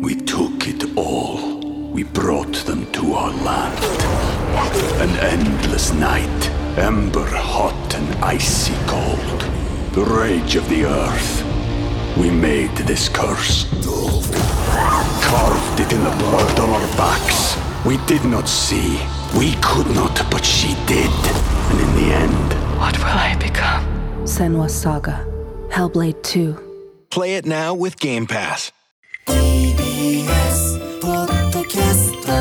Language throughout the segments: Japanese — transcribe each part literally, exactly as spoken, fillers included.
We took it all. We brought them to our land. An endless night, ember hot and icy cold. The rage of the earth. We made this curse. Carved it in the blood on our backs. We did not see. We could not, but she did. And in the end... What will I become? Senua's Saga. Hellblade two. Play it now with Game Pass. ティービーエス ポッドキャスト。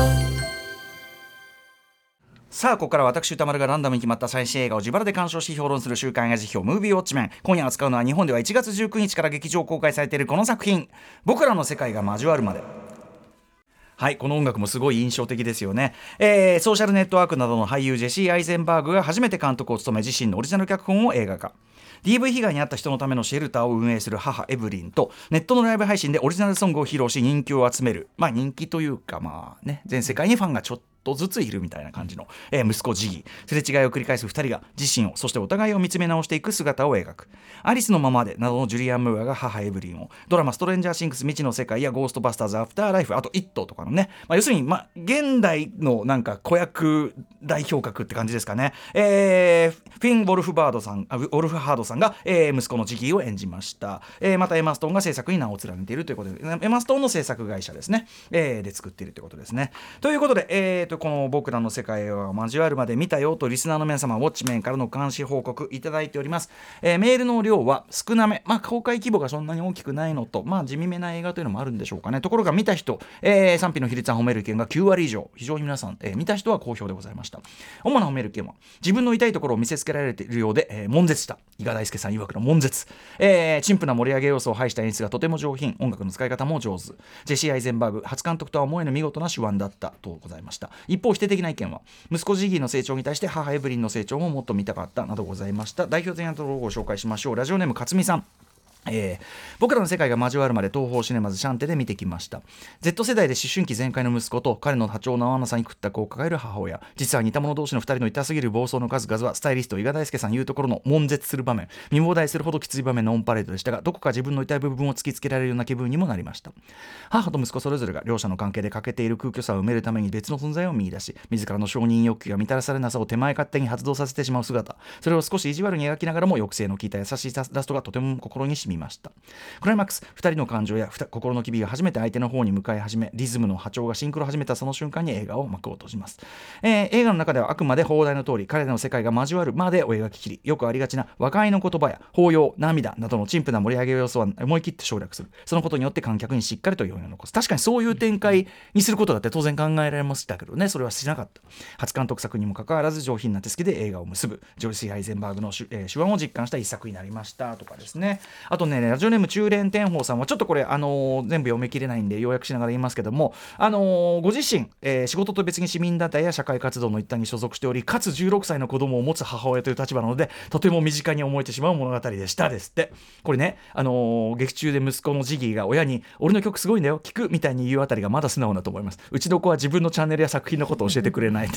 さあここから私歌丸がランダムに決まった最新映画を自腹で鑑賞し評論する週刊映画辞表ムービーウォッチメン。今夜扱うのは日本ではいちがつじゅうくにちから劇場公開されているこの作品、僕らの世界が交わるまで。はい、この音楽もすごい印象的ですよね、えー、ソーシャルネットワークなどの俳優ジェシー・アイゼンバーグが初めて監督を務め、自身のオリジナル脚本を映画化。 ディーブイ 被害に遭った人のためのシェルターを運営する母エブリンと、ネットのライブ配信でオリジナルソングを披露し人気を集める、まあ人気というかまあね、全世界にファンがちょっととずついるみたいな感じの、えー、息子ジギー。すれ違いを繰り返すふたりが自身を、そしてお互いを見つめ直していく姿を描く。アリスのままでなどのジュリアン・ムーアが母エブリンを、ドラマストレンジャーシングス未知の世界やゴーストバスターズアフターライフ、あとイットとかのね、まあ、要するに、まあ、現代のなんか子役代表格って感じですかね、えー、フィン・ウォルフバードさん、ウォルフハードさんが、えー、息子のジギーを演じました、えー、またエマ・ストーンが制作に名を連ねているということで、エマ・ストーンの制作会社ですね、えー、で作っているということですね。ということで、えー、とこの僕らの世界を交わるまで見たよとリスナーの皆様、ウォッチメンからの監視報告いただいております、えー、メールの量は少なめ、まあ公開規模がそんなに大きくないのと、まあ地味めな映画というのもあるんでしょうかね。ところが見た人、えー、賛否の比率は褒める意見がきゅうわり以上、非常に皆さん、えー、見た人は好評でございました。主な褒める意見は、自分の痛いところを見せつけられているようで、えー、悶絶した。伊賀大輔さん曰くの悶絶、えー、陳腐な盛り上げ要素を排した演出がとても上品、音楽の使い方も上手、ジェシー・アイゼンバーグ初監督とは思えぬ見事な手腕だったとございました。一方否定的な意見は、息子ジギーの成長に対して母エブリンの成長ももっと見たかったなどございました。代表的なところをご紹介しましょう。ラジオネーム勝美さん、えー、僕らの世界が交わるまで東宝シネマズシャンテで見てきました。 Z 世代で思春期全開の息子と彼の波長の合わなさに屈託を抱える母親、実は似た者同士のふたりの痛すぎる暴走の数々はスタイリスト伊賀大輔さん言うところの悶絶する場面、見放題するほどきつい場面のオンパレードでしたが、どこか自分の痛い部分を突きつけられるような気分にもなりました。母と息子それぞれが両者の関係で欠けている空虚さを埋めるために別の存在を見出し、自らの承認欲求が満たされなさを手前勝手に発動させてしまう姿、それを少し意地悪に描きながらも抑制の効いた優しいラストがとても心に染みました。クライマックス、ふたりの感情や心の機微が初めて相手の方に向かい始め、リズムの波長がシンクロ始めたその瞬間に映画を幕を閉じます。えー、映画の中ではあくまで放題の通り、彼らの世界が交わるまでを描ききり、よくありがちな和解の言葉や抱擁、涙などの陳腐な盛り上げ要素は思い切って省略する。そのことによって観客にしっかりと余韻を残す。確かにそういう展開にすることだって当然考えられましたけどね、それはしなかった。初監督作にもかかわらず上品な手つきで映画を結ぶジョイシー・アイゼンバーグの手,、えー、手腕を実感した一作になりましたとかですね。あとね、ラジオネーム中連天宝さんはちょっとこれ、あのー、全部読み切れないんで要約しながら言いますけども、あのー、ご自身、えー、仕事と別に市民団体や社会活動の一端に所属しており、かつじゅうろくさいの子供を持つ母親という立場なので、とても身近に思えてしまう物語でしたですって。これね、あのー、劇中で息子のジギーが親に俺の曲すごいんだよ聞くみたいに言うあたりがまだ素直だと思います。うちの子は自分のチャンネルや作品のことを教えてくれないって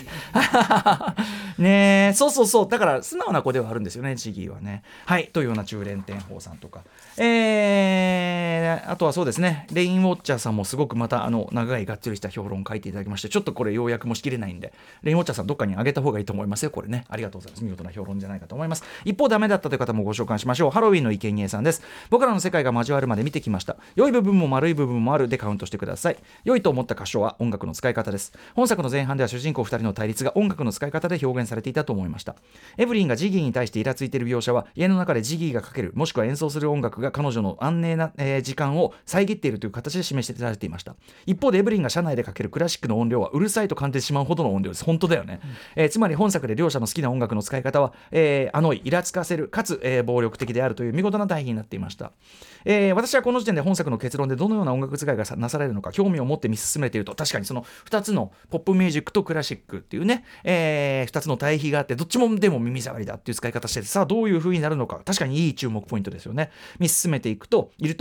ねえ、そうそうそう、だから素直な子ではあるんですよね、ジギーはね。はい、というような中連天宝さんとか、えー、あとはそうですね、レインウォッチャーさんもすごくまたあの長いがっつりした評論を書いていただきまして、ちょっとこれ要約もしきれないんで、レインウォッチャーさんどっかにあげた方がいいと思いますよ、これね。ありがとうございます。見事な評論じゃないかと思います。一方ダメだったという方もご紹介しましょう。ハロウィンの生贄さんです。僕らの世界が交わるまで見てきました。良い部分も悪い部分もあるでカウントしてください。良いと思った箇所は音楽の使い方です。本作の前半では主人公ふたりの対立が音楽の使い方で表現されていたと思いました。エブリンがジギーに対してイラついている描写は、家の中でジギーがかけるもしくは演奏する音楽が彼女の安寧な、えー、時間を遮っているという形で示してられていました。一方でエブリンが車内でかけるクラシックの音量はうるさいと感じてしまうほどの音量です。本当だよね、うんえー、つまり本作で両者の好きな音楽の使い方は、えー、あのイラつかせるかつ、えー、暴力的であるという見事な対比になっていました。えー、私はこの時点で本作の結論でどのような音楽使いがなされるのか興味を持って見進めていると、確かにそのふたつのポップミュージックとクラシックっていうね、えー、ふたつの対比があって、どっちもでも耳障りだっていう使い方してて、さあどういう風になるのか、確かにいい注目ポイントですよね。見進めていくといると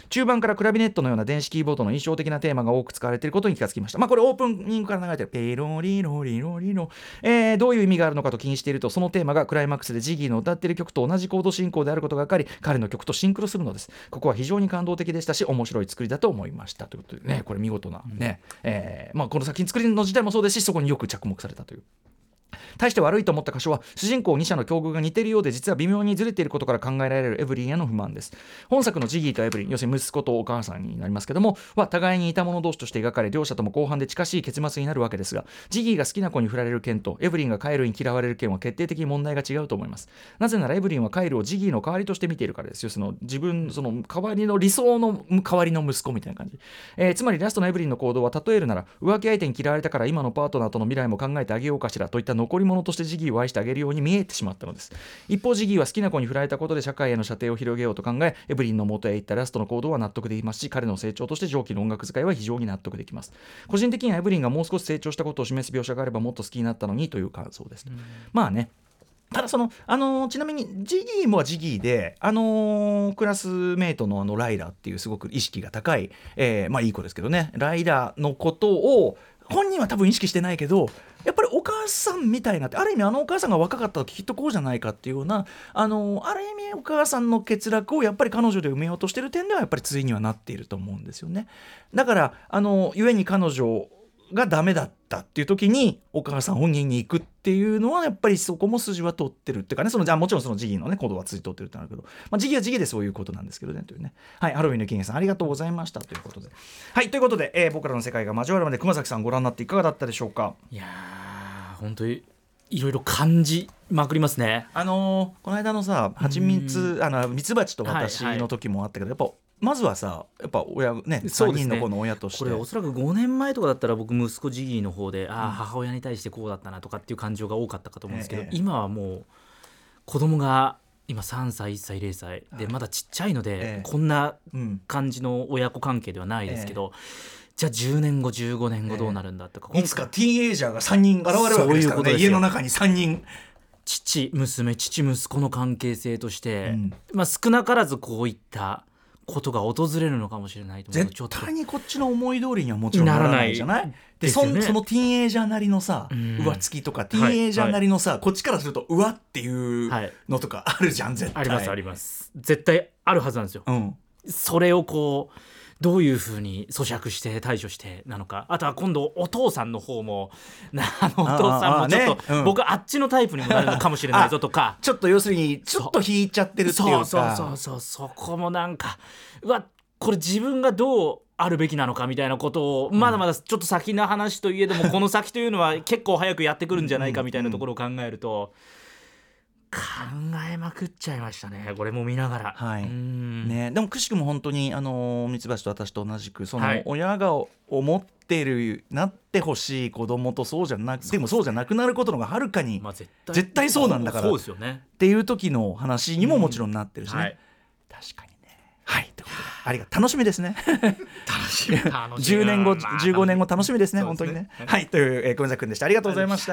中盤からクラビネットのような電子キーボードの印象的なテーマが多く使われていることに気がつきました。まあこれオープニングから流れてるペロリロリロリロ、えー、どういう意味があるのかと気にしていると、そのテーマがクライマックスでジギーの歌っている曲と同じコード進行であることが分かり、彼の曲とシンクロするのです。ここは非常に感動的でしたし、面白い作りだと思いましたということでね、これ見事なね、うん、えーまあ、この作品作りの自体もそうですし、そこによく着目されたという。対して悪いと思った箇所は、主人公に社の境遇が似ているようで実は微妙にずれていることから考えられるエブリンへの不満です。本作のジギーとエブリン、要するに息子とお母さんになりますけども、は互いに似た者同士として描かれ、両者とも後半で近しい結末になるわけですが、ジギーが好きな子に振られる件とエブリンがカイルに嫌われる件は決定的に問題が違うと思います。なぜならエブリンはカイルをジギーの代わりとして見ているからですよ。その自分その代わりの理想の代わりの息子みたいな感じ、えー、つまりラストのエブリンの行動は例えるなら、浮気相手に嫌われたから今のパートナーとの未来も考えてあげようかしらといった残り物としてジギーを愛してあげるように見えてしまったのです。一方ジギーは好きな子に振られたことで社会への射程を広げようと考え、エブリンの元へ行ったラストの行動は納得できますし、彼の成長として上記の音楽使いは非常に納得できます。個人的にはエブリンがもう少し成長したことを示す描写があればもっと好きになったのにという感想です。まあね、ただその、あのー、ちなみにジギーもジギーで、あのー、クラスメイトのあのライラっていうすごく意識が高い、えー、まあいい子ですけどね、ライラのことを本人は多分意識してないけど、やっぱりお母さんみたいなって、ある意味あのお母さんが若かったらきっとこうじゃないかっていうような、あのある意味お母さんの欠落をやっぱり彼女で埋めようとしてる点ではやっぱり対にはなっていると思うんですよね。だからあの故に彼女がダメだったっていう時にお母さん本人に行くっていうのはやっぱりそこも筋は通ってるっていうかね、そのじゃあもちろんそのジギーのね行動は筋通ってるってなるけど、まあ、ジギーはジギーでそういうことなんですけどねというね。はい、ハロウィンの金さんありがとうございましたということで、はいということで、えー、僕らの世界が交わるまで熊崎さんご覧になっていかがだったでしょうか。 いやー本当にいろいろ感じまくりますね。 あのー、この間のさはちみつあのミツバチと私の時もあったけど、はいはい、やっぱまずはさやっぱ親ねさんにんの子の親として、 これおそらくごねんまえとかだったら僕息子ジギーの方で、ああ母親に対してこうだったなとかっていう感情が多かったかと思うんですけど、ええ、今はもう子供が今さんさいいっさいぜろさいでまだちっちゃいので、ええ、こんな感じの親子関係ではないですけど、ええ、じゃあじゅうねんごじゅうごねんごどうなるんだとか、 ええ、いつかティーンエイジャーがさんにん現れるわけですからね。家の中にさんにん父娘父息子の関係性として、うんまあ、少なからずこういったことが訪れるのかもしれないと思う。 絶対にこっちの思い通りにはもちろんならないじゃない。でそ, ね、そのティーンエイジャーなりのさ、うん、上付きとかティーンエイジャーなりのさ、はいはい、こっちからするとうわっていうのとかあるじゃん、絶対ありますあります絶対あるはずなんですよ、うん、それをこうどういうふうに咀嚼して対処してなのか。あとは今度お父さんの方もあのお父さんもちょっと、ねうん、僕あっちのタイプにもなるのかもしれないぞとかちょっと要するにちょっと引いちゃってるっていうか、 そうそうそうそうそこもなんかうわこれ自分がどうあるべきなのかみたいなことを、まだまだちょっと先の話といえども、うん、この先というのは結構早くやってくるんじゃないかみたいなところを考えると、考えまくっちゃいましたねこれも見ながら、 はいうんね、でもくしくも本当にあのミツバチと私と同じくその親が思ってるなってほしい子供とそうじゃなくでもそうじゃなくなることのがはるかに、まあ、絶対絶対そうなんだからそうですよねっていう時の話にももちろんなってるしね、うんはい、確かにね。はいということでありが楽しみですね楽しみ楽しみじゅうねんごじゅうごねんご楽しみですね本当にね。はいという、えー、熊崎くんでした。ありがとうございました。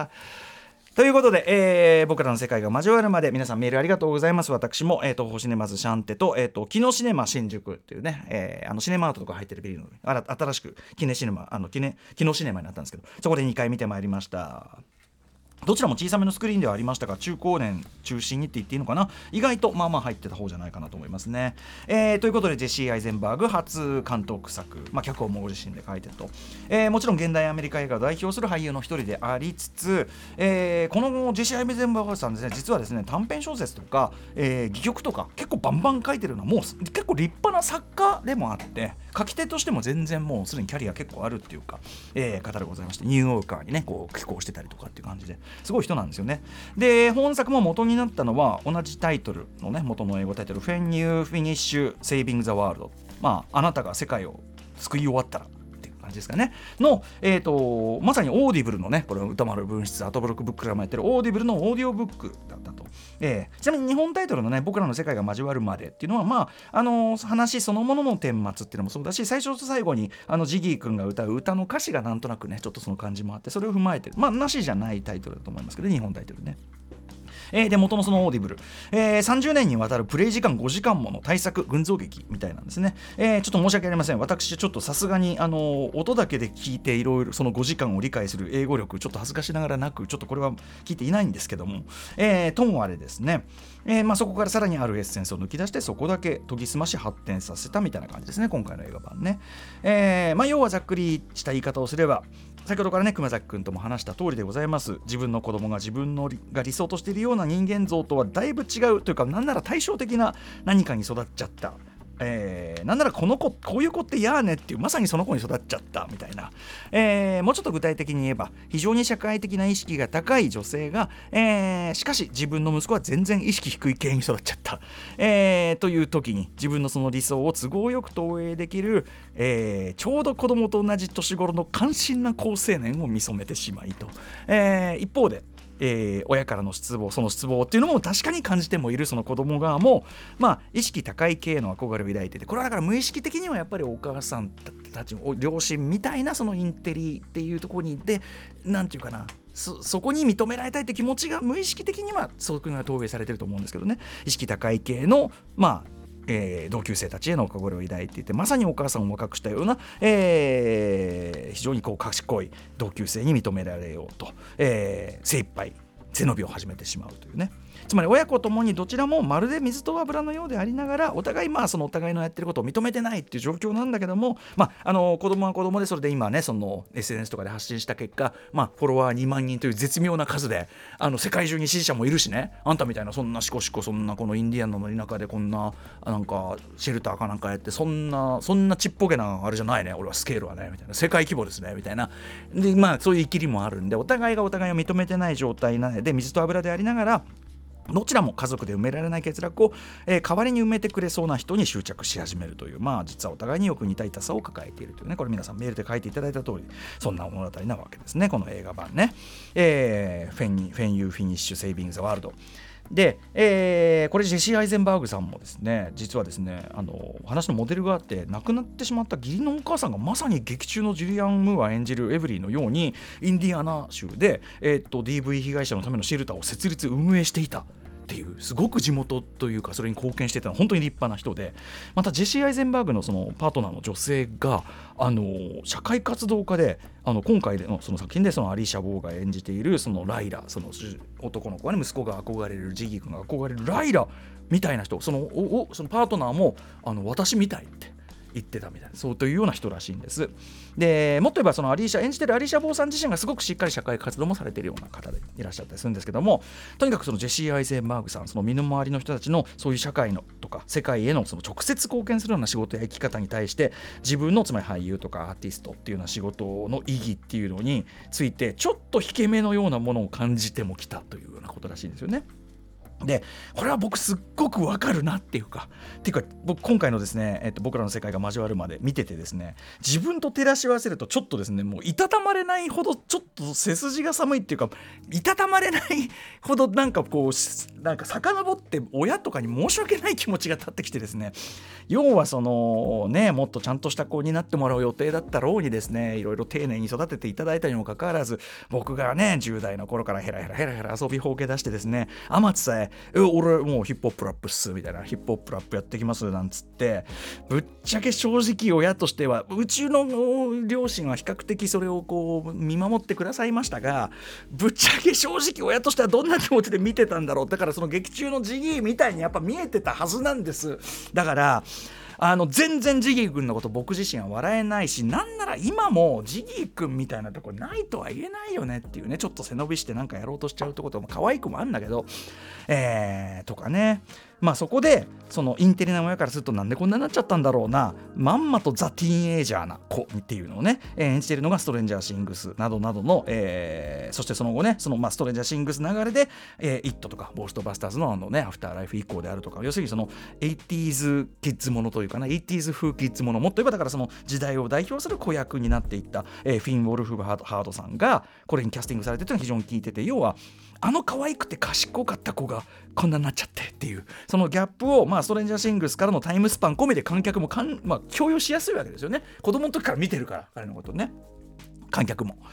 ということで、えー、僕らの世界が交わるまで皆さんメールありがとうございます。私も、えー、東宝シネマズシャンテと、えー、とキノシネマ新宿っていうね、えー、あのシネマアートとか入ってるビルの新しくキネシネマあのキネキノシネマになったんですけど、そこでにかい見てまいりました。どちらも小さめのスクリーンではありましたが、中高年中心にって言っていいのかな、意外とまあまあ入ってた方じゃないかなと思いますね。えー、ということでジェシー・アイゼンバーグ初監督作、まあ、脚本もご自身で書いてると、えー、もちろん現代アメリカ映画を代表する俳優の一人でありつつ、えー、このジェシー・アイゼンバーグさんですね、実はですね短編小説とか、えー、戯曲とか結構バンバン書いてるのはもう結構立派な作家でもあって、書き手としても全然もうすでにキャリア結構あるっていうか、えー、方でございまして、ニューヨーカーにねこう寄稿してたりとかっていう感じですごい人なんですよね。で本作も元になったのは同じタイトルのね元の英語タイトル When You Finish Saving the World、 まああなたが世界を救い終わったらっていう感じですかねの、えーとまさにオーディブルのね、これ歌丸文室アートブロックブックからもやってるオーディブルのオーディオブックだったと。えー、ちなみに日本タイトルのね僕らの世界が交わるまでっていうのは、まああのー、話そのものの顛末っていうのもそうだし、最初と最後にあのジギー君が歌う歌の歌詞がなんとなくねちょっとその感じもあって、それを踏まえてまあなしじゃないタイトルだと思いますけど、日本タイトルね。 えー、で元のそのオーディブル、えー、さんじゅうねんにわたるプレイ時間ごじかんもの大作群像劇みたいなんですね、えー、ちょっと申し訳ありません。私ちょっとさすがにあのー、音だけで聞いていろいろそのごじかんを理解する英語力ちょっと恥ずかしながらなく、ちょっとこれは聞いていないんですけども、えー、ともあれですね、えーまあ、そこからさらにあるエッセンスを抜き出してそこだけ研ぎ澄まし発展させたみたいな感じですね、今回の映画版ね。えーまあ、要はざっくりした言い方をすれば、先ほどからね熊崎君とも話した通りでございます。自分の子供が自分のが理想としているような人間像とはだいぶ違うというか、なんなら対照的な何かに育っちゃった、えー、なんならこの子こういう子ってやーねっていう、まさにその子に育っちゃったみたいな、えー、もうちょっと具体的に言えば非常に社会的な意識が高い女性が、えー、しかし自分の息子は全然意識低い系に育っちゃった、えー、という時に自分のその理想を都合よく投影できる、えー、ちょうど子供と同じ年頃の関心な好青年を見初めてしまいと、えー、一方でえー、親からの失望、その失望っていうのも確かに感じてもいるその子供側も、まあ、意識高い系の憧れを抱いてて、これはだから無意識的にはやっぱりお母さんたち両親みたいなそのインテリっていうところにで、なんていうかな、そ, そこに認められたいって気持ちが無意識的にはそういうのが投影されてると思うんですけどね。意識高い系のまあえー、同級生たちへの憧れを抱いていて、まさにお母さんを若くしたような、えー、非常にこう賢い同級生に認められようと、えー、精一杯背伸びを始めてしまうというね。つまり親子ともにどちらもまるで水と油のようでありながら、お互いまあそのお互いのやってることを認めてないっていう状況なんだけども、まあ、あの子供は子供でそれで今ねその エスエヌエス とかで発信した結果、まあ、フォロワーにまんにんという絶妙な数であの世界中に支持者もいるしね、あんたみたいなそんなシコシコそんなこのインディアンの田舎でこんななんかシェルターかなんかやってそんなそんなちっぽけなあれじゃないね、俺はスケールはねみたいな、世界規模ですねみたいなで、まあそういう生きりもあるんで、お互いがお互いを認めてない状態なので水と油でありながら、どちらも家族で埋められない欠落を、えー、代わりに埋めてくれそうな人に執着し始めるという、まあ実はお互いによく似た痛さを抱えているというね、これ皆さんメールで書いていただいた通りそんな物語なわけですね、この映画版ね。えー、フェン, フェンユーフィニッシュセービングザワールドで、えー、これジェシー・アイゼンバーグさんもですね、実はですね、あの話のモデルがあって亡くなってしまった義理のお母さんがまさに劇中のジュリアン・ムーア演じるエブリーのようにインディアナ州で、えー、と ディーブイ 被害者のためのシェルターを設立運営していたっていう、すごく地元というかそれに貢献していたのは本当に立派な人で、またジェシー・アイゼンバーグのそのパートナーの女性があの社会活動家で、あの今回のその作品でそのアリーシャ・ボーが演じているそのライラ、その男の子はね、息子が憧れるジギー君が憧れるライラみたいな人、そのおそのパートナーもあの私みたいって言ってたみたいな、そうというような人らしいんです。でもっと言えばそのアリーシャ演じてるアリーシャ・ボーさん自身がすごくしっかり社会活動もされているような方でいらっしゃったりするんですけども、とにかくそのジェシー・アイゼンバーグさん、その身の回りの人たちのそういう社会のとか世界へのその直接貢献するような仕事や生き方に対して、自分のつまり俳優とかアーティストっていうような仕事の意義っていうのについてちょっと引け目のようなものを感じてもきたというようなことらしいんですよね。でこれは僕すっごくわかるなっていうかっていうか僕今回のですね、えっと、僕らの世界が交わるまで見ててですね、自分と照らし合わせるとちょっとですね、もういたたまれないほどちょっと背筋が寒いっていうか、いたたまれないほどなんかこうなんか遡って親とかに申し訳ない気持ちが立ってきてですね、要はそのねもっとちゃんとした子になってもらう予定だったろうにですね、いろいろ丁寧に育てていただいたにもかかわらず、僕がねじゅう代の頃からヘラヘラヘラヘラ遊びほうけ出してですね、あまつさええ俺もうヒップホップラップっすみたいな、ヒップホップラップやってきますなんつって、ぶっちゃけ正直親としてはうちの両親は比較的それをこう見守ってくださいましたが、ぶっちゃけ正直親としてはどんな気持ちで見てたんだろう。だからその劇中のジギーみたいにやっぱ見えてたはずなんです。だからあの全然ジギー君のこと僕自身は笑えないし、なんなら今もジギー君みたいなとこないとは言えないよねっていうね、ちょっと背伸びしてなんかやろうとしちゃうところも可愛くもあるんだけど、えー、とかね、まあそこでそのインテリな親からするとなんでこんなになっちゃったんだろうな、まんまとザ・ティーンエイジャーな子っていうのをね、えー、演じているのがストレンジャーシングスなどなどの、えー、そしてその後ねそのまあストレンジャーシングス流れで、えー、イットとかゴーストバスターズのあのねアフターライフ以降であるとか、要するにそのエイティーズキッズものというかな、エイティーズ風キッズもの、もっと言えばだからその時代を代表する子役になっていった、えー、フィン・ウォルフ・ハードさんがこれにキャスティングされてるというのは非常に効いてて、要はあの可愛くて賢かった子がこんなになっちゃってっていう、そのギャップを、まあ、ストレンジャーシングスからのタイムスパン込みで観客もかん、まあ、共有しやすいわけですよね。子供の時から見てるから彼のことね、観客も。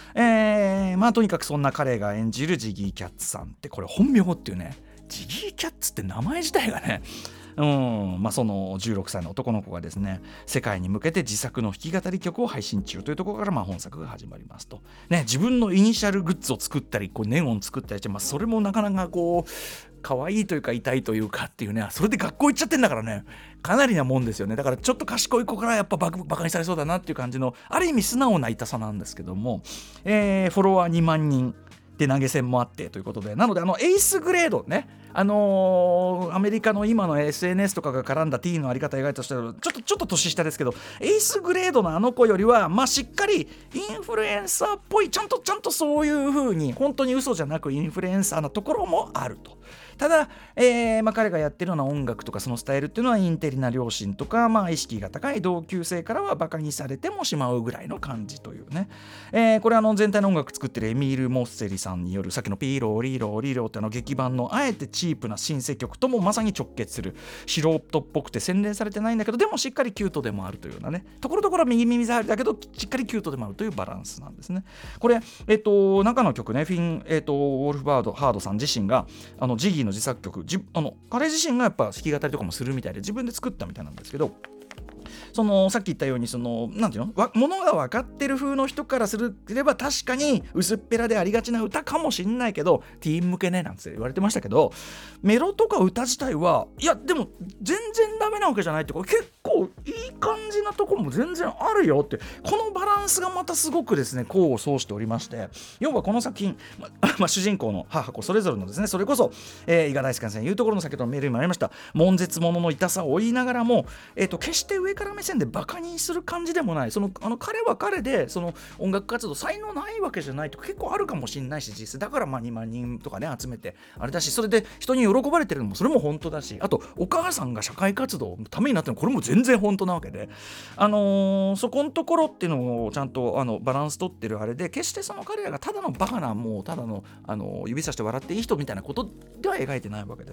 えー、まあとにかくそんな彼が演じるジギー・キャッツさんってこれ本名っていうね、ジギー・キャッツって名前自体がね、うんまあ、そのじゅうろくさいの男の子がですね、世界に向けて自作の弾き語り曲を配信中というところからまあ本作が始まりますと、ね、自分のイニシャルグッズを作ったりこうネオン作ったりして、まあ、それもなかなかこう可愛いというか痛いというかっていうね、それで学校行っちゃってんだからね、かなりなもんですよね。だからちょっと賢い子からやっぱバカバカにされそうだなっていう感じの、ある意味素直な痛さなんですけども、えー、フォロワーにまんにんで投げ銭もあってということで、なのであのエイスグレードね、あのー、アメリカの今の エスエヌエス とかが絡んだティーンのあり方描いたとしたらちょっとちょっと年下ですけど、エイスグレードのあの子よりはまあしっかりインフルエンサーっぽい、ちゃんとちゃんとそういう風に本当に嘘じゃなくインフルエンサーなところもあると。ただ、えーまあ、彼がやってるような音楽とかそのスタイルっていうのはインテリな両親とか、まあ、意識が高い同級生からはバカにされてもしまうぐらいの感じというね、えー、これあの全体の音楽作ってるエミール・モッセリさんによるさっきのピーローリーローリーローってあの劇版のあえてチープなシンセ曲ともまさに直結する、素人っぽくて洗練されてないんだけどでもしっかりキュートでもあるというようなね、ところどころ右耳障りだけどしっかりキュートでもあるというバランスなんですね。これ、えっと、中の曲ね、フィン、えっと、ウォルフバードハードさん自身があのジギーの自作曲、じあの彼自身がやっぱ弾き語りとかもするみたいで自分で作ったみたいなんですけど、そのさっき言ったようにそのなんていうのものが分かってる風の人からすれば確かに薄っぺらでありがちな歌かもしんないけどティーン向けねなんて言われてましたけど、メロとか歌自体はいやでも全然ダメなわけじゃないっていうか、結構いい感じなとこも全然あるよって、このバランスがまたすごくですね功を奏しておりまして、要はこの作品、ままあ、主人公の母子それぞれのですね、それこそ、えー、伊賀大輔先生言うところの先ほどのメールにもありました悶絶者の痛さを追いながらも、えーと、決して上から目線でバカにする感じでもない、そのあの彼は彼でその音楽活動才能ないわけじゃないとか結構あるかもしれないし、実際だからまあにまんにんとかね集めてあれだし、それで人に喜ばれてるのもそれも本当だし、あとお母さんが社会活動のためになってるのこれも全然本当なわけで、あのー、そこのところっていうのをちゃんとあのバランス取ってるあれで、決してその彼らがただのバカなもうただの、あのー、指さして笑っていい人みたいなことでは描いてないわけです。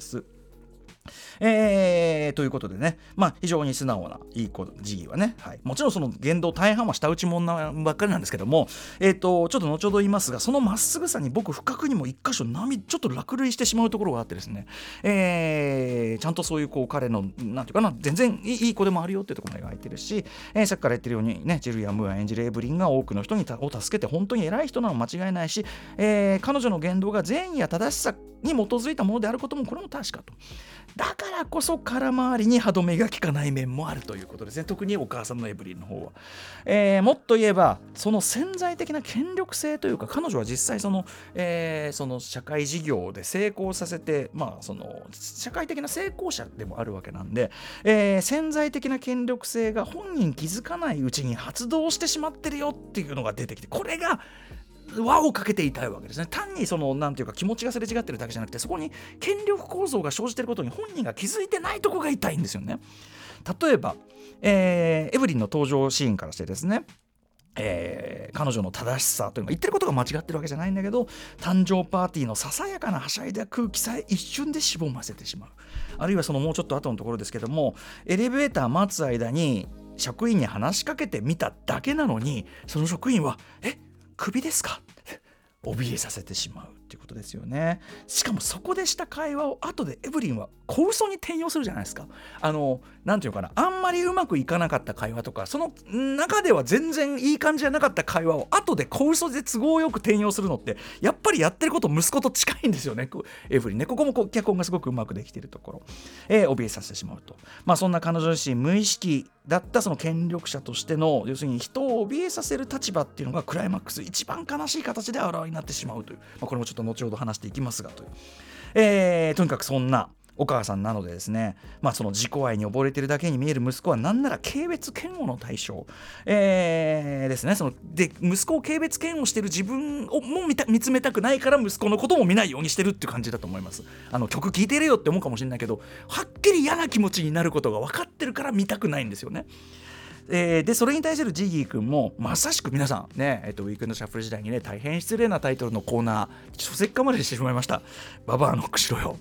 えー、ということでね、まあ非常に素直ないい子ジギーはね、はい、もちろんその言動大半は舌打ち者なばっかりなんですけども、えーとちょっと後ほど言いますが、そのまっすぐさに僕不覚にも一箇所涙ちょっと落涙してしまうところがあってですね、えー、ちゃんとそういうこう彼のなんていうかな全然いい子でもあるよっていうところも描いてるし、えー、さっきから言ってるようにね、ジルリアン・ムーア演じるエブリンが多くの人にたを助けて本当に偉い人なのは間違いないし、えー、彼女の言動が善意や正しさに基づいたものであることもこれも確かと。だからこそ空回りに歯止めが効かない面もあるということですね。特にお母さんのエブリンの方は、えー、もっと言えばその潜在的な権力性というか、彼女は実際その、えー、その社会事業で成功させて、まあその社会的な成功者でもあるわけなんで、えー、潜在的な権力性が本人気づかないうちに発動してしまってるよっていうのが出てきて、これが輪をかけていたいわけですね。単にそのなんていうか気持ちがすれ違ってるだけじゃなくて、そこに権力構造が生じていることに本人が気づいてないところが痛いんですよね。例えば、えー、エブリンの登場シーンからしてですね、えー、彼女の正しさというのが言ってることが間違ってるわけじゃないんだけど、誕生パーティーのささやかなはしゃいだ空気さえ一瞬でしぼませてしまう。あるいはそのもうちょっと後のところですけども、エレベーター待つ間に職員に話しかけてみただけなのに、その職員はえクビですか怯えさせてしまうっていうことですよね。しかもそこでした会話を後でエブリンは小嘘に転用するじゃないですか。あのなんていうかな、あんまりうまくいかなかった会話とか、その中では全然いい感じじゃなかった会話を後で小嘘で都合よく転用するのってやっぱりやってること息子と近いんですよね、エブリンね。ここもこう脚本がすごくうまくできているところ、えー、怯えさせてしまうと。まあそんな彼女自身無意識だったその権力者としての、要するに人を怯えさせる立場っていうのがクライマックス一番悲しい形であらわになってしまうという、まあ、これもちょっと後ほど話していきますがという、えー、とにかくそんなお母さんなのでですね、まあ、その自己愛に溺れてるだけに見える息子は何なら軽蔑嫌悪の対象、えー、ですね。そので息子を軽蔑嫌悪してる自分をも 見, た見つめたくないから息子のことも見ないようにしてるっていう感じだと思います。あの曲聴いてるよって思うかもしれないけど、はっきり嫌な気持ちになることが分かってるから見たくないんですよね。えー、でそれに対するジギー君もまさしく皆さんね、えー、とウィークエンドシャッフル時代にね大変失礼なタイトルのコーナー書籍化までしてしまいました。ババアノックしろよ。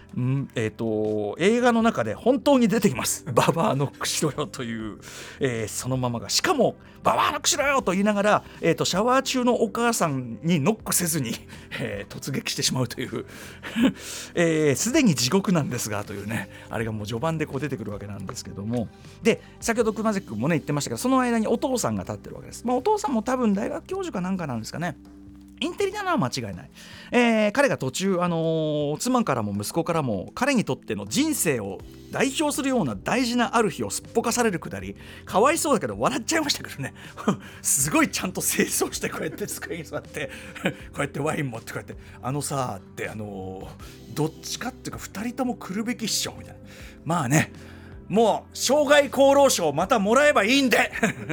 んえー、と映画の中で本当に出てきますババアノックしろよという、えー、そのままがしかもババアノックしろよと言いながら、えー、とシャワー中のお母さんにノックせずに、えー、突撃してしまうというすで、えー、に地獄なんですがというねあれがもう序盤でこう出てくるわけなんですけども、で先ほど熊崎君もね言ってましたけど、その間にお父さんが立ってるわけです。まあ、お父さんも多分大学教授かなんかなんですかね。インテリなのは間違いない、えー、彼が途中、あのー、妻からも息子からも彼にとっての人生を代表するような大事なある日をすっぽかされるくだり、かわいそうだけど笑っちゃいましたけどねすごいちゃんと清掃してこうやって机に座ってこうやってワイン持ってこうやってあのさーって、あのー、どっちかっていうかふたりとも来るべきっしょみたいな、まあねもう生涯功労賞またもらえばいいんで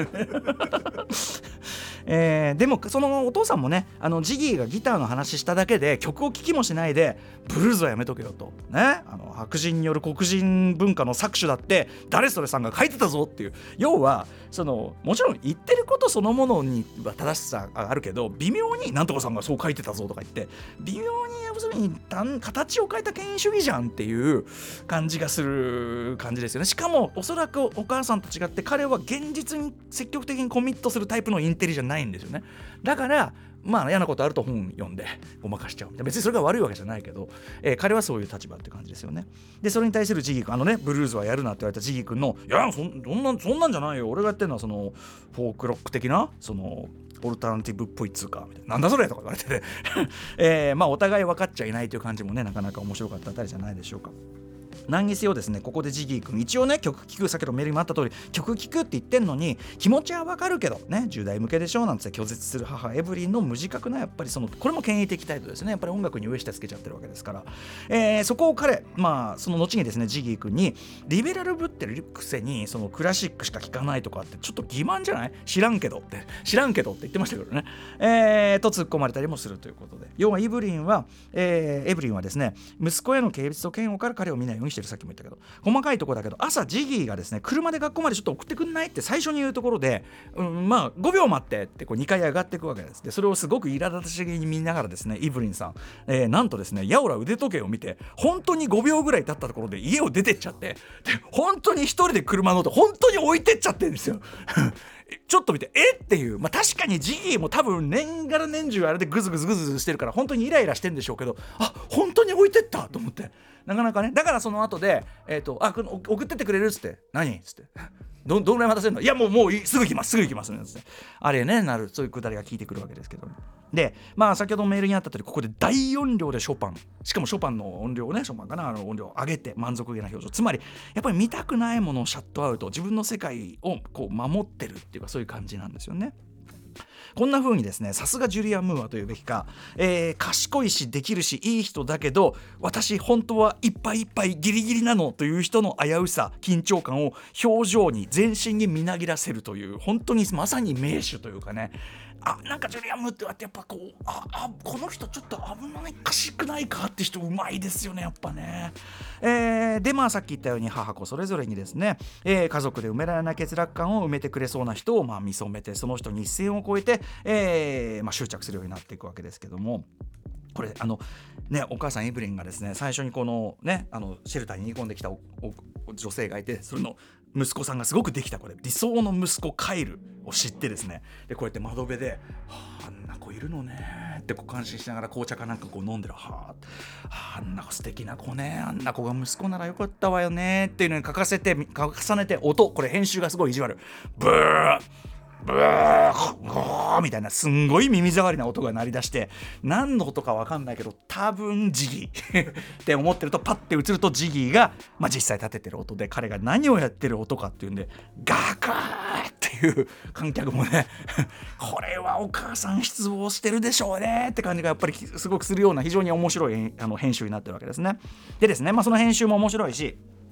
えー、でもそのお父さんもね、あのジギーがギターの話しただけで曲を聴きもしないでブルーズはやめとけよとね、あの白人による黒人文化の搾取だって誰それさんが書いてたぞっていう、要はそのもちろん言ってることそのものには正しさがあるけど、微妙になんとかさんがそう書いてたぞとか言って微妙に要するに形を変えた権威主義じゃんっていう感じがする感じですよね。しかもおそらくお母さんと違って彼は現実に積極的にコミットするタイプのインテリじゃないんですよね。だからまあ嫌なことあると本読んでごまかしちゃうみたいな、別にそれが悪いわけじゃないけど、えー、彼はそういう立場って感じですよね。でそれに対するジギー君、あのねブルーズはやるなって言われたジギー君のいや そ, そ, んなそんなんじゃないよ、俺がやってるのはそのフォークロック的なそのオルタナティブっぽいっつうかみたいな、なんだそれとか言われてて、えー、まあお互い分かっちゃいないという感じもねなかなか面白かったあたりじゃないでしょうか。何にせよですね、ここでジギー君一応ね曲聴く、先ほどメールにもあった通り曲聴くって言ってんのに気持ちはわかるけどねじゅう代向けでしょなんて拒絶する母エブリンの無自覚なやっぱりそのこれも権威的態度ですね。やっぱり音楽に上下つけちゃってるわけですから、えー、そこを彼まあその後にですねジギー君にリベラルぶってるくせにそのクラシックしか聴かないとかってちょっと欺瞞じゃない、知らんけどって知らんけどって言ってましたけどね、えー、と突っ込まれたりもするということで、要はエブリンは、えー、エブリンはですね息子への軽蔑と嫌悪から彼を見ないようにしてる、さっきも言ったけど細かいところだけど朝ジギーがですね車で学校までちょっと送ってくんないって最初に言うところで、うん、まあごびょう待ってってこうにかい上がっていくわけです。でそれをすごく苛立たしげに見ながらですねイブリンさん、えー、なんとですねやおら腕時計を見て本当にごびょうぐらい経ったところで家を出てっちゃって、で本当に一人で車乗って本当に置いてっちゃってるんですよちょっと見てえっていう、まあ、確かにジギーも多分年がら年中あれでグズグズグズグズしてるから本当にイライラしてんでしょうけど、あ本当に置いてったと思って、なかなかね、だからその後で、えーと、あ送ってってくれるっつって何っつってど, どんぐらい待たせるの、いやもうもうすぐ行きますすぐ行きますねつってあれねなる、そういうくだりが聞いてくるわけですけど、でまあ先ほどメールにあった通りここで大音量でショパン、しかもショパンの音量をねショパンかなあの音量を上げて満足げな表情、つまりやっぱり見たくないものをシャットアウト、自分の世界をこう守ってるっていうかそういう感じなんですよね。こんな風にですね、さすがジュリアン・ムーアというべきか、えー、賢いしできるしいい人だけど私本当はいっぱいいっぱいギリギリなのという人の危うさ緊張感を表情に全身にみなぎらせるという本当にまさに名手というかね、あなんかジュリアン・ムーってやっぱこう あ, あこの人ちょっと危ないかしくないかって人うまいですよねやっぱね、えー、でまあさっき言ったように母子それぞれにですね、えー、家族で埋められない欠落感を埋めてくれそうな人をまあ見初めてその人に一線を越えて、えーまあ、執着するようになっていくわけですけども、これあのねお母さんエブリンがですね最初にこのねあのシェルターに逃げ込んできたおお女性がいて、それの息子さんがすごくできた子で理想の息子カイルを知ってですね、でこうやって窓辺で、はあ、あんな子いるのねってこう感心しながら紅茶かなんかこう飲んでる、はあ、あんな素敵な子ね、あんな子が息子ならよかったわよねっていうのに書かせて重ねて音、これ編集がすごい意地悪、ブーブーゴーみたいなすんごい耳障りな音が鳴り出して、何の音か分かんないけど多分ジギーって思ってるとパッて映るとジギーが、まあ、実際立ててる音で彼が何をやってる音かっていうんでガクーっていう観客もねこれはお母さん失望してるでしょうねって感じがやっぱりすごくするような非常に面白いあの編集になってるわけですね。でですね、まあ、その編集も面白いし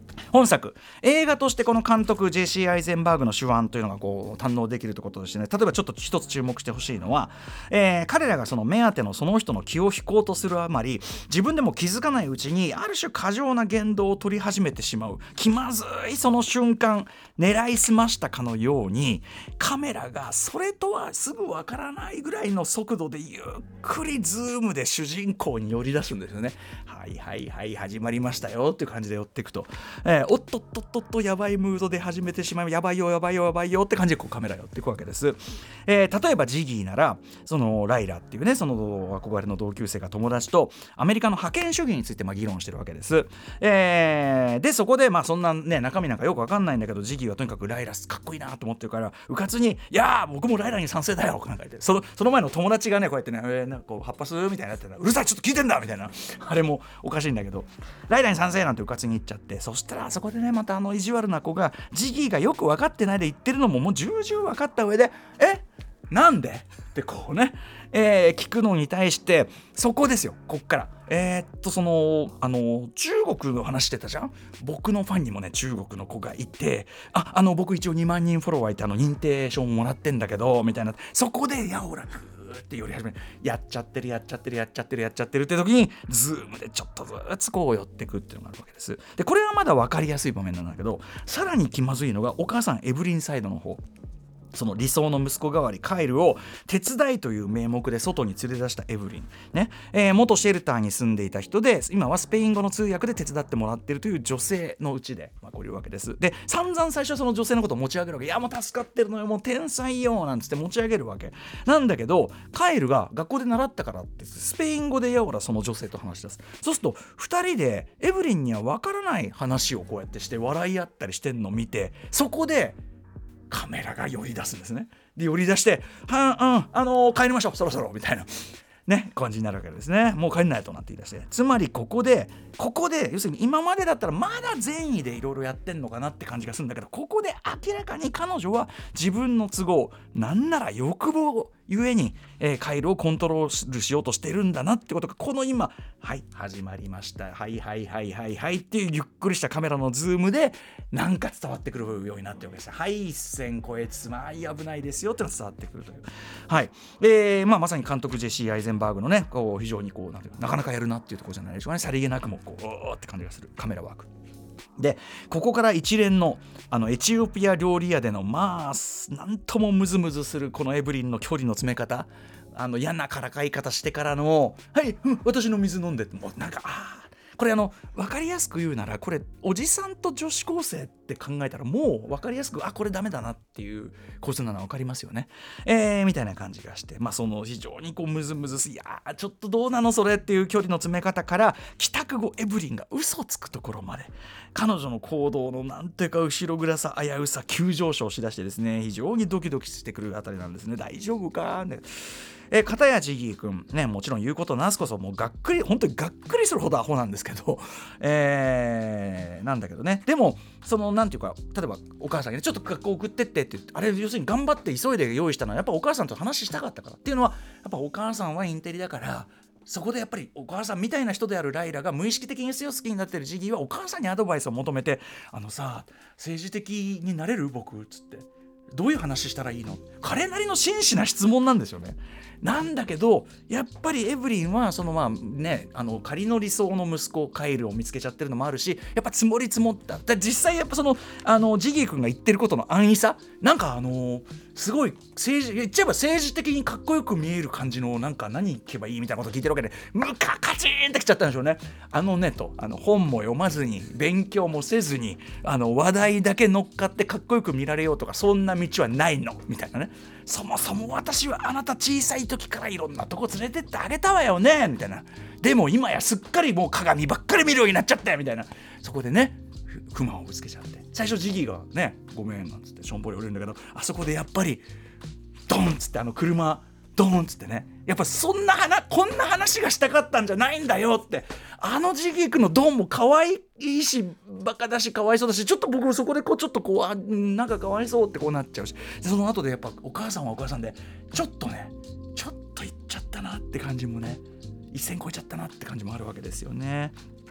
本作映画としてこの監督 ジェイシー アイゼンバーグの手腕というのがこう堪能できるということとしてね、例えばちょっと一つ注目してほしいのは、えー、彼らがその目当てのその人の気を引こうとするあまり、自分でも気づかないうちにある種過剰な言動を取り始めてしまう気まずいその瞬間、狙いすましたかのようにカメラがそれとはすぐわからないぐらいの速度でゆっくりズームで主人公に寄り出すんですよね。はいはいはい始まりましたよっていう感じで寄っていくと、えー、おっとっとっとっとやばいムードで始めてしまう、やばいよやばいよやばいよって感じでこうカメラ寄っていくわけです。えー、例えばジギーならそのライラっていうね、その憧れの同級生が友達とアメリカの覇権主義についてまあ議論してるわけです。えー、でそこでまあそんなね中身なんかよくわかんないんだけど、ジギーはとにかくライラかっこいいなと思ってるからうかつに、いやー僕もライラに賛成だよなんか言って、そのその前の友達がねこうやってね、えー、なんかこう葉っぱするみたいになってたら、うるさいちょっと聞いてんだみたいな、あれもおかしいんだけど、ライラに賛成なんてうかつに言っちゃって、そしたらあそこでねまたあの意地悪な子がジギーがよく分かってないで言ってるのももう重々分かった上で、えなんでってこうね、えー、聞くのに対して、そこですよ、こっからえー、っとそのあの中国の話してたじゃん。僕のファンにもね中国の子がいて、ああの僕一応にまんにんフォロワーいてあの認定証ももらってんだけどみたいな、そこでいやほらって寄り始める、やっちゃってるやっちゃってるやっちゃってるやっちゃってるって時にズームでちょっとずつこう寄ってくっていうのがあるわけです。でこれはまだ分かりやすい場面なんだけど、さらに気まずいのがお母さんエブリンサイドの方、その理想の息子代わりカイルを手伝いという名目で外に連れ出したエブリン、ねえー、元シェルターに住んでいた人で今はスペイン語の通訳で手伝ってもらっているという女性のうちで、まあ、こういうわけです。で散々最初はその女性のことを持ち上げるわけ、いやもう助かってるのよもう天才よなんつって持ち上げるわけなんだけど、カイルが学校で習ったからってスペイン語でやおらその女性と話し出す。そうするとふたりでエブリンには分からない話をこうやってして笑い合ったりしてんのを見て、そこでカメラが寄り出すんですね。で寄り出してはあ、うん、あのー、帰りましょうそろそろみたいなね感じになるわけですね。もう帰んないとなって言い出して、つまりここでここで要するに今までだったらまだ善意でいろいろやってんのかなって感じがするんだけど、ここで明らかに彼女は自分の都合なんなら欲望ゆえに、えー、カイルをコントロールしようとしてるんだなってことがこの今はい始まりましたはいはいはいはいはいっていうゆっくりしたカメラのズームでなんか伝わってくるようになってるわけです。はい一線越えつまり危ないですよってのが伝わってくるという、はいえーまあ、まさに監督ジェシー・アイゼンバーグのねこう非常にこうなんていうなかなかやるなっていうところじゃないでしょうかね。さりげなくもこうおーって感じがするカメラワークで、ここから一連のあのエチオピア料理屋でのまあなんともムズムズするこのエブリンの距離の詰め方、あの嫌なからかい方してからのはい、うん、私の水飲んでもうなんかあこれあの分かりやすく言うならこれおじさんと女子高生って考えたらもう分かりやすくあこれダメだなっていう構図なのは分かりますよね、えー、みたいな感じがして、まあその非常にこうムズムズすいやちょっとどうなのそれっていう距離の詰め方から帰宅後エブリンが嘘つくところまで彼女の行動のなんていうか後ろ暗さ危うさ急上昇しだしてですね非常にドキドキしてくるあたりなんですね。大丈夫かねえー、片やジギー君ねもちろん言うことなすこそもうがっくり本当にがっくりするほどアホなんですけど、えー、なんだけどねでもそのなんていうか例えばお母さんに、ね、ちょっと学校送ってってってあれ要するに頑張って急いで用意したのはやっぱお母さんと話したかったからっていうのはやっぱお母さんはインテリだからそこでやっぱりお母さんみたいな人であるライラが無意識的に強好きになってるジギーはお母さんにアドバイスを求めてあのさ政治的になれる僕っつってどういう話したらいいの彼なりの真摯な質問なんですよね。なんだけどやっぱりエブリンはそのまあねあの仮の理想の息子カイルを見つけちゃってるのもあるしやっぱ積もり積もっただ実際やっぱそのあのジギー君が言ってることの安易さなんかあのすごい政治言っちゃえば政治的にかっこよく見える感じのなんか何言けばいいみたいなことを聞いてるわけでムカカチーンってきちゃったんでしょうね。あのねとあの本も読まずに勉強もせずにあの話題だけ乗っかってかっこよく見られようとかそんな道はないのみたいなね。そもそも私はあなた小さい時からいろんなとこ連れてってあげたわよねみたいな。でも今やすっかりもう鏡ばっかり見るようになっちゃったよみたいな。そこでね不満をぶつけちゃって最初ジギーがねごめんなんつってしょんぼり降りるんだけどあそこでやっぱりドンっつってあの車ドーンっつってねやっぱそんな話こんな話がしたかったんじゃないんだよってあのジギー君のドンも可愛いしバカだしかわいそうだしちょっと僕そこでこうちょっとこうあなんかかわいそうってこうなっちゃうしでその後でやっぱお母さんはお母さんでちょっとねちょっと言っちゃったなって感じもね一線越えちゃったなって感じもあるわけですよね。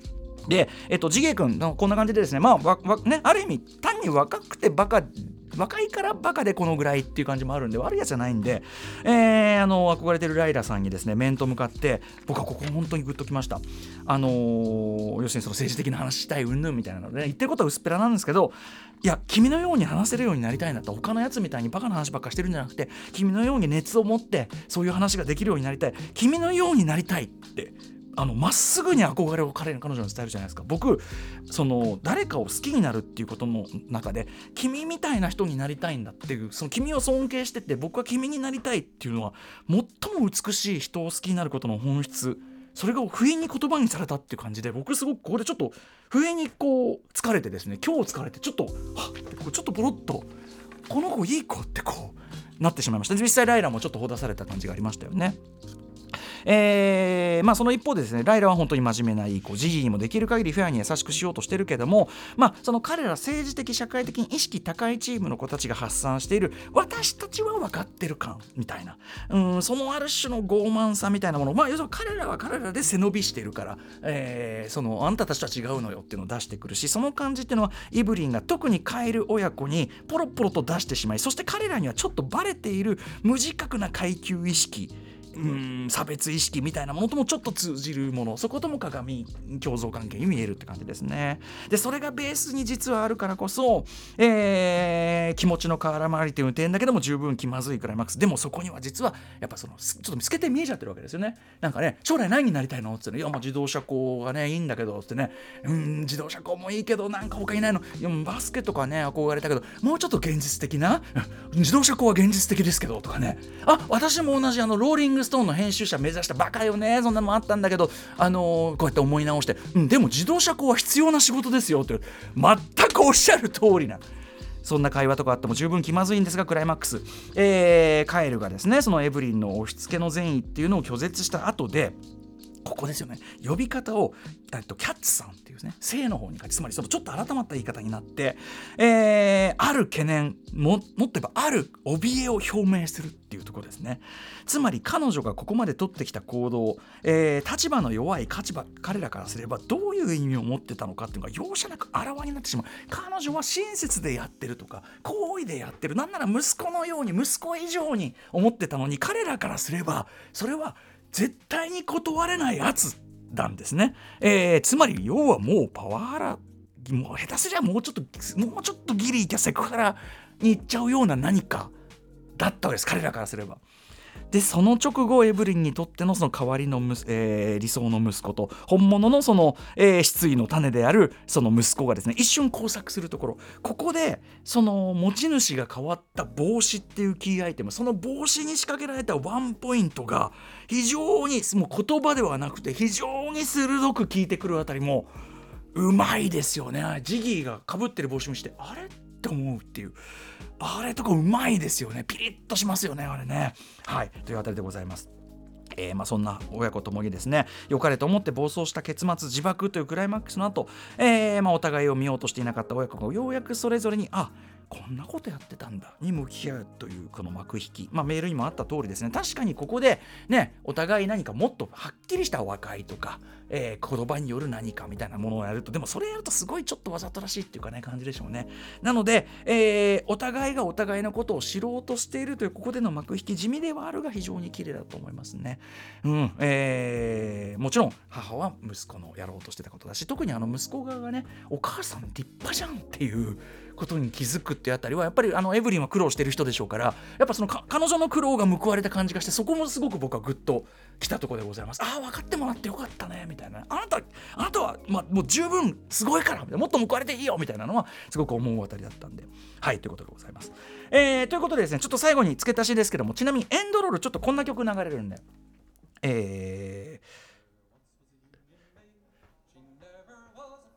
で、えっと、ジゲ君のこんな感じでですね、まあわわね、ある意味単に若くてバカ若いからバカでこのぐらいっていう感じもあるんで悪いやつじゃないんで、えー、あの憧れてるライラさんにですね面と向かって僕はここ本当にグッときました。あのー、要するにその政治的な話したいうんぬんみたいなので、ね、言ってることは薄っぺらなんですけど、いや君のように話せるようになりたいなと、他のやつみたいにバカな話ばっかしてるんじゃなくて君のように熱を持ってそういう話ができるようになりたい、君のようになりたいってあのまっすぐに憧れを彼彼女に伝えるじゃないですか。僕その誰かを好きになるっていうことの中で君みたいな人になりたいんだっていう、その君を尊敬してて僕は君になりたいっていうのは最も美しい人を好きになることの本質、それが不意に言葉にされたっていう感じで、僕すごくここでちょっと不意にこう疲れてですね、今日疲れてちょっとはっちょっとポロッとこの子いい子ってこうなってしまいました。実際ライラもちょっとほだされた感じがありましたよね。えーまあ、その一方でですね、ライラは本当に真面目ないい子、ジギーにもできる限りフェアに優しくしようとしてるけども、まあ、その彼ら政治的社会的に意識高いチームの子たちが発散している私たちは分かってる感みたいな、うん、そのある種の傲慢さみたいなもの、まあ、要するに彼らは彼らで背伸びしてるから、えー、そのあんたたちとは違うのよっていうのを出してくるし、その感じっていうのはイブリンが特にカエル親子にポロポロと出してしまい、そして彼らにはちょっとバレている無自覚な階級意識、うーん差別意識みたいなものともちょっと通じるもの、そことも鏡共存関係に見えるって感じですね。でそれがベースに実はあるからこそ、えー、気持ちの空回りっていう点だけでも十分気まずいクライマックスでも、そこには実はやっぱそのちょっと透けて見えちゃってるわけですよね。なんかね、将来何になりたいのって言ってね、いやもう自動車工がねいいんだけどってね、うーん自動車工もいいけどなんか他いないの、いやバスケとかね憧れたけどもうちょっと現実的な自動車工は現実的ですけどとかね、あ私も同じあのローリングストーンの編集者目指したバカよね、そんなのもあったんだけど、あのー、こうやって思い直して、うん、でも自動車工は必要な仕事ですよって全くおっしゃる通りな、そんな会話とかあっても十分気まずいんですが、クライマックス、えー、カエルがですねそのエブリンの押し付けの善意っていうのを拒絶した後で、ここですよね、呼び方をえっとキャッツさんっていうですね性の方に書いて、つまりそのちょっと改まった言い方になって、えー、ある懸念 も, もっと言えばある怯えを表明するっていうところですね。つまり彼女がここまで取ってきた行動、えー、立場の弱い立場彼らからすればどういう意味を持ってたのかっていうのが容赦なくあらわになってしまう。彼女は親切でやってるとか好意でやってる、なんなら息子のように息子以上に思ってたのに、彼らからすればそれは絶対に断れない圧なんですね。えー、つまり要はもうパワハラ、もう下手すりゃもうちょっともうちょっとギリいきゃセクハラに行っちゃうような何かだったわけです、彼らからすれば。でその直後エブリンにとってのその代わりの、えー、理想の息子と本物のその、えー、失意の種であるその息子がですね一瞬交錯するところ、ここでその持ち主が変わった帽子っていうキーアイテム、その帽子に仕掛けられたワンポイントが非常にもう言葉ではなくて非常に鋭く効いてくるあたりもうまいですよね。ジギーが被ってる帽子にしてあれって思うっていう、あれとかうまいですよね。ピリッとしますよねあれね。はい、というあたりでございます。えーまあ、そんな親子ともにですね良かれと思って暴走した結末自爆というクライマックスの後、えーまあ、お互いを見ようとしていなかった親子がようやくそれぞれにあこんなことやってたんだに向き合うというこの幕引き、まあ、メールにもあった通りですね、確かにここでねお互い何かもっとはっきりした和解とか、えー、言葉による何かみたいなものをやると、でもそれやるとすごいちょっとわざとらしいっていうかね感じでしょうね。なので、えー、お互いがお互いのことを知ろうとしているというここでの幕引き、地味ではあるが非常に綺麗だと思いますね。うん、えー、もちろん母は息子のやろうとしてたことだし、特にあの息子側がねお母さん立派じゃんっていうことに気づくってあたりはやっぱりあのエブリンは苦労してる人でしょうから、やっぱそのか彼女の苦労が報われた感じがして、そこもすごく僕はグッときたところでございます。ああ分かってもらってよかったねみたいな、あなたあなたは、まあ、もう十分すごいからもっと報われていいよみたいなのはすごく思うあたりだったんで、はいということでございます。えー、ということでですねちょっと最後に付け足しですけども、ちなみにエンドロールちょっとこんな曲流れるんで、えー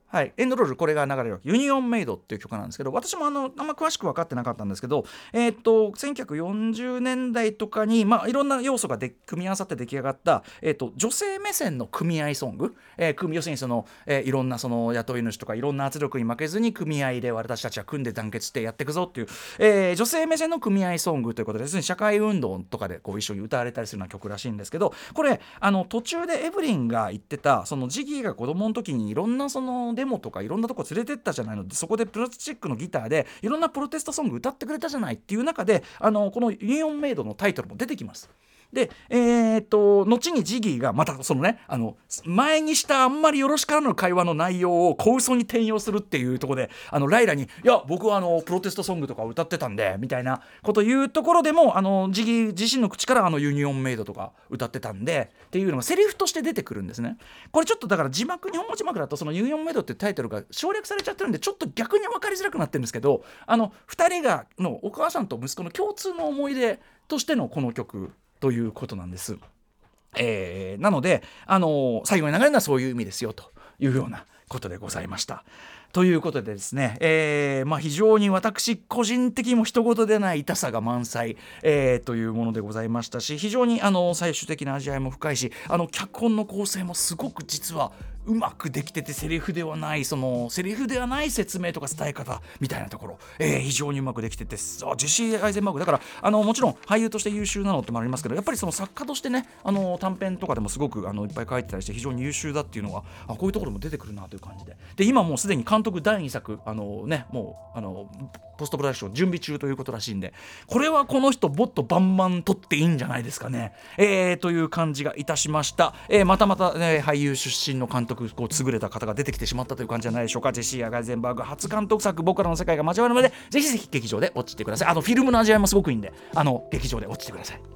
はい、エンドロールこれが流れるユニオンメイドっていう曲なんですけど、私もあのあんま詳しく分かってなかったんですけど、えー、っとせんきゅうひゃくよんじゅうねんだいとかに、まあ、いろんな要素がで組み合わさって出来上がった、えー、っと女性目線の組合ソング、えー、組要するにその、えー、いろんなその雇い主とかいろんな圧力に負けずに組合で私たちは組んで団結してやっていくぞっていう、えー、女性目線の組合ソングということで、要するに社会運動とかでこう一緒に歌われたりするような曲らしいんですけど、これあの途中でエブリンが言ってたそのジギーが子供の時にいろんなそのデモとかいろんなとこ連れてったじゃないので、そこでプラスチックのギターでいろんなプロテストソング歌ってくれたじゃないっていう中で、あのこのユニオンメイドのタイトルも出てきます。で、えー、っと後にジギーがまたそのね、あの前にしたあんまりよろしからぬ会話の内容を小嘘に転用するっていうところで、あのライラにいや僕はあのプロテストソングとか歌ってたんでみたいなこと言うところでも、あのジギー自身の口からあのユニオンメイドとか歌ってたんでっていうのがセリフとして出てくるんですね。これちょっとだから字幕、日本語字幕だとそのユニオンメイドっていうタイトルが省略されちゃってるんでちょっと逆に分かりづらくなってるんですけど、あのふたりがのお母さんと息子の共通の思い出としてのこの曲ということなんです。えー、なので、あのー、最後に流れるのはそういう意味ですよというようなことでございました。ということでですね、えーまあ、非常に私個人的にも一言でない痛さが満載、えー、というものでございましたし、非常にあの最終的な味わいも深いし、あの脚本の構成もすごく実はうまくできてて、セリフではないそのセリフではない説明とか伝え方みたいなところ、えー、非常にうまくできてて、あジェシー・アイゼンバーグだからあのもちろん俳優として優秀なのってもありますけど、やっぱりその作家としてね、あの短編とかでもすごくあのいっぱい書いてたりして非常に優秀だっていうのは、あこういうところも出てくるなという感じで、で今もうすでに監督だいにさくあのねもうあのポストプロダクション準備中ということらしいんで、これはこの人もっとバンバン撮っていいんじゃないですかね、えー、という感じがいたしました。えー、またまた、ね、俳優出身の監督こう優れた方が出てきてしまったという感じじゃないでしょうか。ジェシー・アイゼンバーグ初監督作僕らの世界が交わるまで、ぜひぜひ劇場で落ちてください。あのフィルムの味わいもすごくいいんで、あの劇場で落ちてください。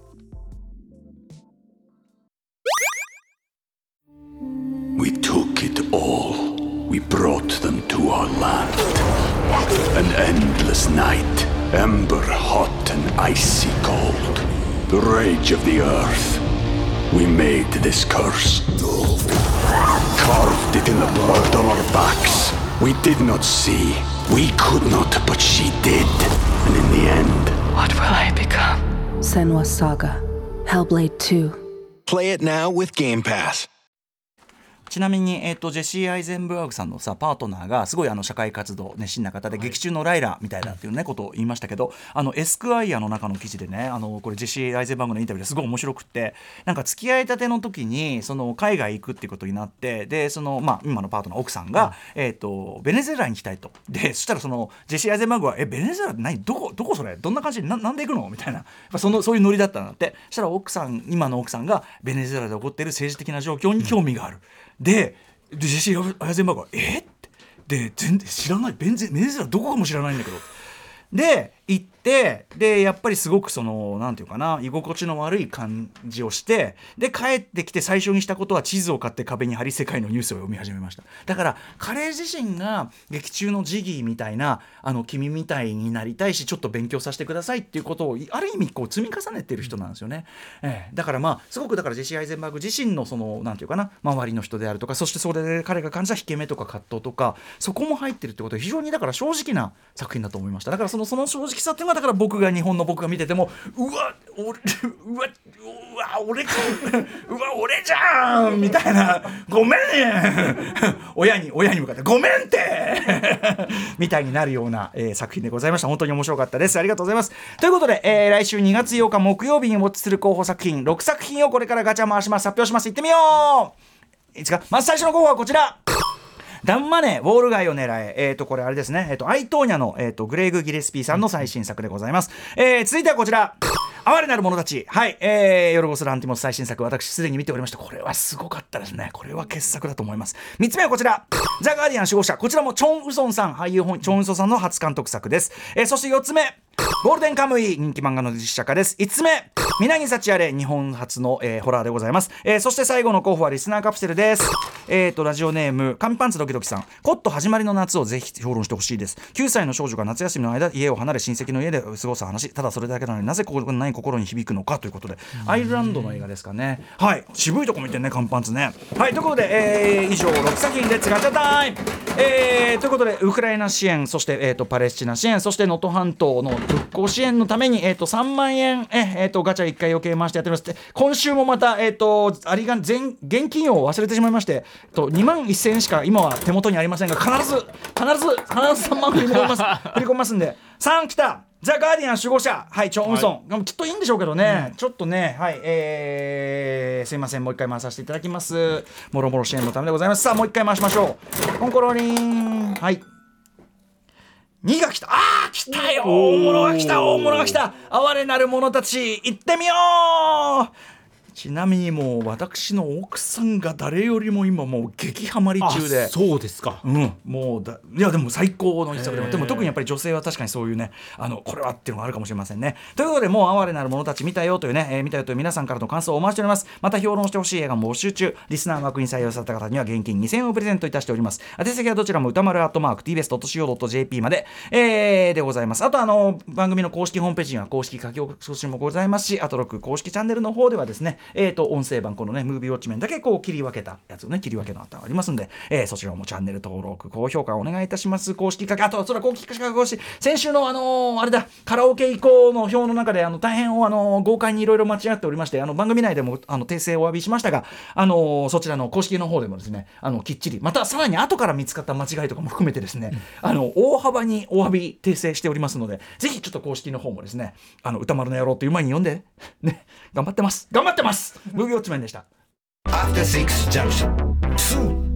We took it all. We brought them to our land. An endless night, ember hot and icy cold. The rage of the earth. We made this curse. Carved it in the blood on our backs. We did not see. We could not, but she did. And in the end, What will I become? Senua's Saga. Hellblade two. Play it now with Game Pass. ちなみに、えー、とジェシー・アイゼンバーグさんのさパートナーがすごいあの社会活動熱心な方で、劇中のライラみたいだっていうねことを言いましたけど、あのエスクワイアの中の記事でね、あのこれジェシー・アイゼンバーグのインタビューですごい面白くって、なんか付き合いたての時にその海外行くっていうことになって、でその、まあ、今のパートナー奥さんが、うんえー、とベネズエラに行きたいと。でそしたらそのジェシー・アイゼンバーグはえベネズエラって何どこどこそれどんな感じで な, なんで行くのみたいな、やっぱそのそういうノリだったんだって。そしたら奥さん今の奥さんがベネズエラで起こっている政治的な状況に興味がある、うん、ででジェシー・アイゼンバーグはえってで全然知らない、ベネズエラどこかも知らないんだけどで行って、でやっぱりすごくそのなんていうかな居心地の悪い感じをして、で帰ってきて最初にしたことは地図を買って壁に貼り世界のニュースを読み始めました。だから彼自身が劇中のジギーみたいなあの君みたいになりたいしちょっと勉強させてくださいっていうことをある意味こう積み重ねてる人なんですよね、えー、だからまあすごくだからジェシー・アイゼンバーグ自身のそのなんていうかな周りの人であるとか、そしてそれで彼が感じた引け目とか葛藤とかそこも入ってるってことで非常にだから正直な作品だと思いました。だからそのその正直さっていうのはだから僕が日本の僕が見ててもうわ俺うわうわ俺かうわ俺じゃんみたいな、ごめんね親に親に向かってごめんってみたいになるような、えー、作品でございました。本当に面白かったです。ありがとうございます。ということで、えー、来週にがつようか木曜日にウォッチする候補作品ろくさく品をこれからガチャ回します。発表します。いってみよう。いつかまず最初の候補はこちら、ダンマネーウォール街を狙え、えー、とこれあれですね、えー、とアイトーニャの、えー、とグレイグ・ギレスピーさんの最新作でございます。えー、続いてはこちら、哀れなる者たち、はい、えー、ヨルゴス・ランティモス最新作、私すでに見ておりました。これはすごかったですね。これは傑作だと思います。みっつめはこちら、ザ・ガーディアン守護者、こちらもチョン・ウソンさん、俳優チョン・ウソンさんの初監督作です。えー、そしてよっつめ、 ゴールデンカムイ人気漫画の実写化です。いつつめ南幸あれ日本初の、えー、ホラーでございます、えー、そして最後の候補はリスナーカプセルです。えーとラジオネーム紙パンツドキドキさん、コット始まりの夏をぜひ評論してほしいです。きゅうさいの少女が夏休みの間家を離れ親戚の家で過ごす話、ただそれだけなのになぜここない心に響くのかということで、アイルランドの映画ですかね。はい、渋いとこ見てね紙パンツね。はい、ということで、えー、以上ろくさく品でつがちゃタイム、えー、ということでウクライナ支援、そして、えー、とパレスチナ支援、そして能登半島の復興支援のために、えー、とさんまんえん、えー、とガチャいっかい余計回してやってます。今週もまた、えー、とありが全現金を忘れてしまいまして、とにまんせんえんしか今は手元にありませんが、必ず必ず必ずさんまん振り込みます振り込みますんで。さん来たザ・ガーディアン守護者、はい、チョンウソン、はい、きっといいんでしょうけどね、うん、ちょっとね、はい、えー、すいません、もう一回回させていただきます。もろもろ支援のためでございます。さあもう一回回しましょう。コンコロリン、はい、にが来た、あー来たよ、大物が来た、大物が来た、哀れなる者たち行ってみよう。ちなみにもう私の奥さんが誰よりも今もう激ハマり中で。 そうですか。 うん、もうだいやでも最高の一作でも、でも特にやっぱり女性は確かにそういうね、あのこれはっていうのがあるかもしれませんね。ということで、もう哀れなる者たち見たよというね、えー、見たよという皆さんからの感想をお待ちしております。また評論してほしい映画も募集中。リスナー枠に採用された方には現金にせんえんをプレゼントいたしております。宛先はどちらも歌丸アットマーク ティービーエスドットシーオードットジェーピー まで、えー、でございます。あとあの番組の公式ホームページには公式書き起こしもございますし、アトロック公式チャンネルの方ではですね、えーと音声版このねムービーウォッチメンだけこう切り分けたやつをね切り分けのあったありますんで、えー、そちらもチャンネル登録高評価お願いいたします。公式書き、あとそれは公式書き公式先週のあのー、あれだカラオケ移行の表の中であの大変あのー、豪快にいろいろ間違っておりまして、あの番組内でもあの訂正をお詫びしましたが、あのー、そちらの公式の方でもですね、あのきっちりまたさらに後から見つかった間違いとかも含めてですね、うん、あの大幅にお詫び訂正しておりますので、ぜひちょっと公式の方もですね、あの歌丸の野郎という前に読んでね、頑張ってます頑張ってますムービーウォッチメンでした。 After Six Junction two